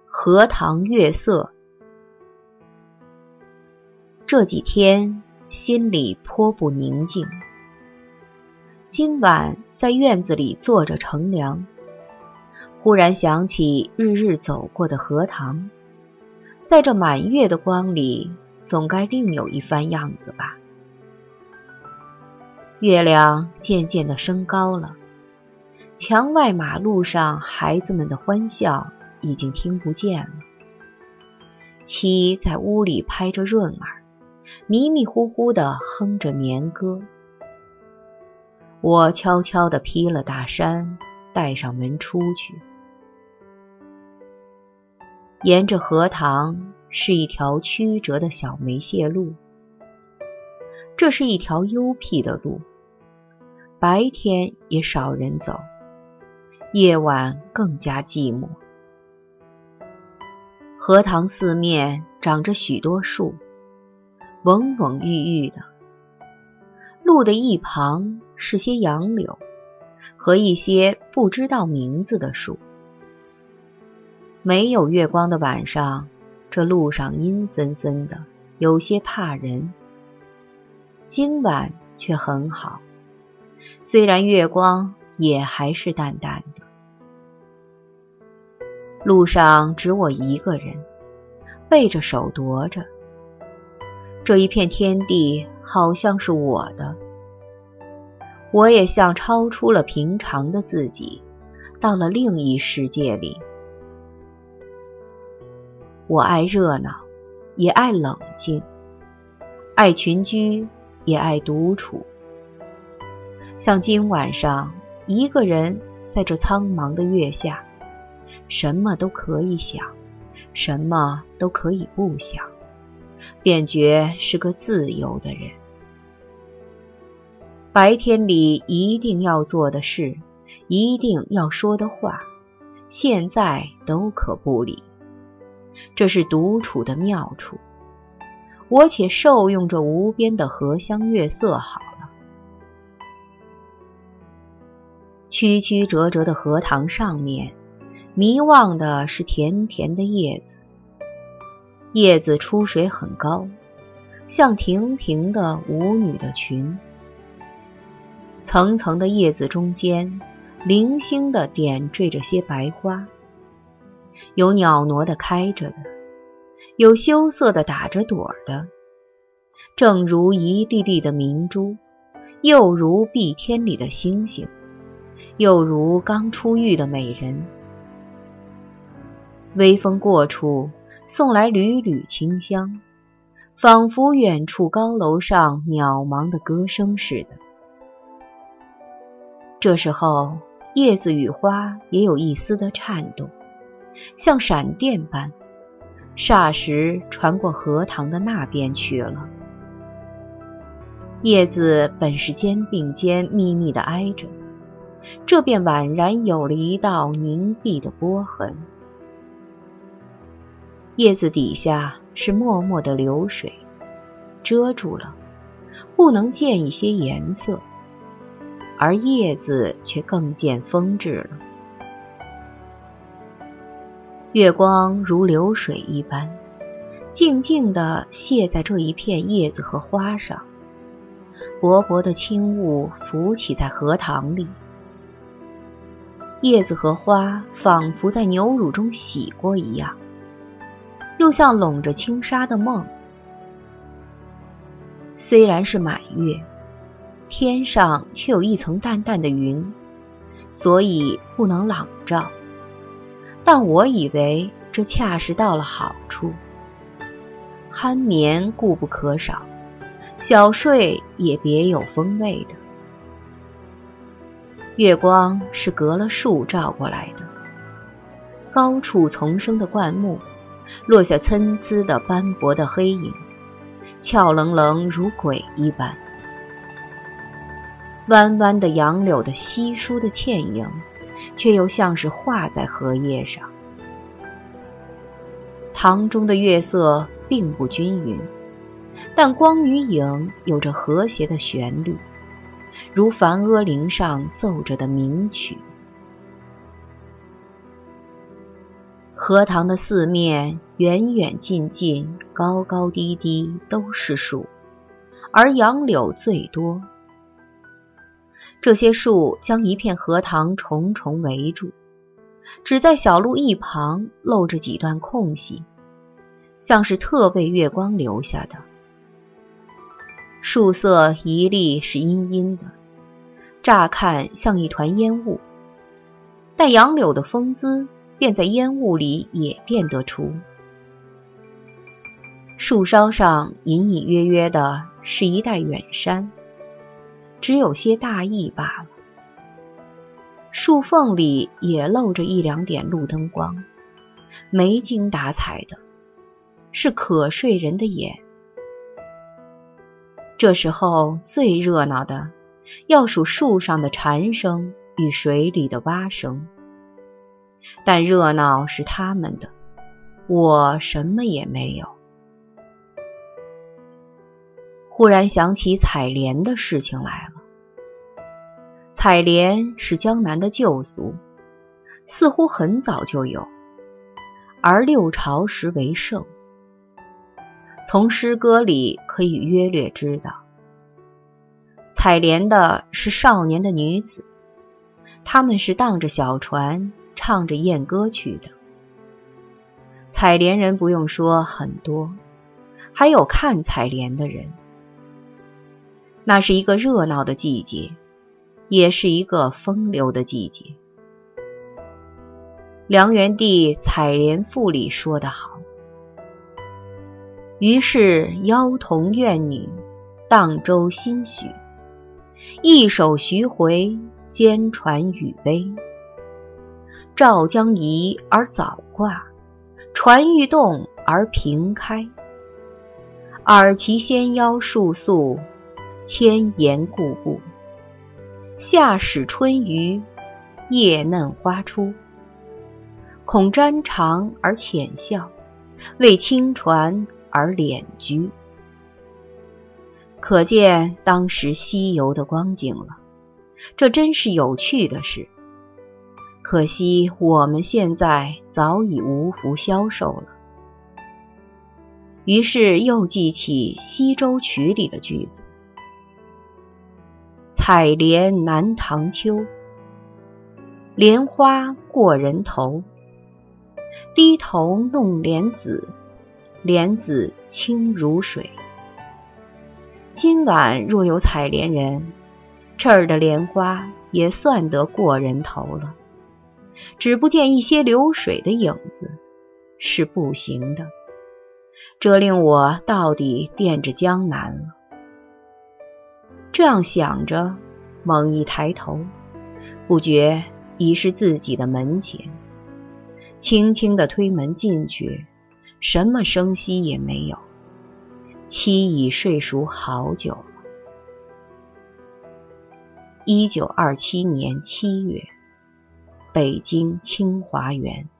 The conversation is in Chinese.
荷塘月色。这几天心里颇不宁静。今晚在院子里坐着乘凉，忽然想起日日走过的荷塘，在这满月的光里，总该另有一番样子吧。月亮渐渐地升高了，墙外马路上孩子们的欢笑已经听不见了。妻在屋里拍着闰儿，迷迷糊糊地哼着眠歌。我悄悄地披了大衫，带上门出去。沿着荷塘是一条曲折的小梅屑路，这是一条幽僻的路，白天也少人走，夜晚更加寂寞。荷塘四面长着许多树，蓊蓊郁郁的。路的一旁是些杨柳和一些不知道名字的树。没有月光的晚上，这路上阴森森的，有些怕人。今晚却很好，虽然月光也还是淡淡的。路上只我一个人，背着手踱着。这一片天地好像是我的，我也像超出了平常的自己，到了另一世界里。我爱热闹，也爱冷静，爱群居，也爱独处。像今晚上一个人在这苍茫的月下，什么都可以想，什么都可以不想，便觉是个自由的人。白天里一定要做的事，一定要说的话，现在都可不理。这是独处的妙处，我且受用着无边的荷香月色好了。曲曲折折的荷塘上面，迷望的是甜甜的叶子，叶子出水很高，像亭亭的舞女的裙。层层的叶子中间，零星地点缀着些白花，有袅娜地开着的，有羞涩地打着朵的，正如一粒粒的明珠，又如碧天里的星星，又如刚出浴的美人。微风过处，送来缕缕清香，仿佛远处高楼上渺茫的歌声似的。这时候，叶子与花也有一丝的颤动，像闪电般，霎时传过荷塘的那边去了。叶子本是肩并肩密密地挨着，这便宛然有了一道凝碧的波痕。叶子底下是脉脉的流水，遮住了，不能见一些颜色，而叶子却更见风致了。月光如流水一般，静静地泻在这一片叶子和花上，薄薄的轻雾浮起在荷塘里。叶子和花仿佛在牛乳中洗过一样，又像笼着轻纱的梦。虽然是满月，天上却有一层淡淡的云，所以不能朗照，但我以为这恰是到了好处。酣眠固不可少，小睡也别有风味的。月光是隔了树照过来的，高处丛生的灌木，落下参差的斑驳的黑影，俏愣愣如鬼一般。弯弯的杨柳的稀疏的倩影，却又像是画在荷叶上。塘中的月色并不均匀，但光与影有着和谐的旋律，如梵阿铃上奏着的名曲。 荷塘的四面远远近近，高高低低都是树，而杨柳最多。这些树将一片荷塘重重围住，只在小路一旁露着几段空隙，像是特为月光留下的。树色一粒是阴阴的，乍看像一团烟雾，但杨柳的风姿便在烟雾里也辨得出。树梢上隐隐约约的是一带远山，只有些大意罢了。树缝里也露着一两点路灯光，没精打采的，是可睡人的眼。这时候最热闹的要数树上的蝉声与水里的蛙声，但热闹是他们的，我什么也没有。忽然想起采莲的事情来了。采莲是江南的旧俗，似乎很早就有，而六朝时为盛。从诗歌里可以约略知道，采莲的是少年的女子，她们是荡着小船，唱着艳歌去的。采莲人不用说很多，还有看采莲的人。那是一个热闹的季节，也是一个风流的季节。梁元帝《采莲赋》里说得好：于是妖童怨女，荡舟新许，一首徐回，兼传语悲。棹将移而早挂，船欲动而平开。尔其纤腰束素，千言故步。夏始春余，叶嫩花初。恐沾裳而浅笑，为轻船而敛居。可见当时西游的光景了，这真是有趣的事。可惜我们现在早已无福消受了。于是又记起《西洲曲》里的句子：采莲南塘秋，莲花过人头。低头弄莲子，莲子清如水。今晚若有采莲人，这儿的莲花也算得过人头了，只不见一些流水的影子，是不行的。这令我到底惦着江南了。这样想着，猛一抬头，不觉已是自己的门前。轻轻地推门进去，什么声息也没有，妻已睡熟好久了。1927年7月，北京清华园。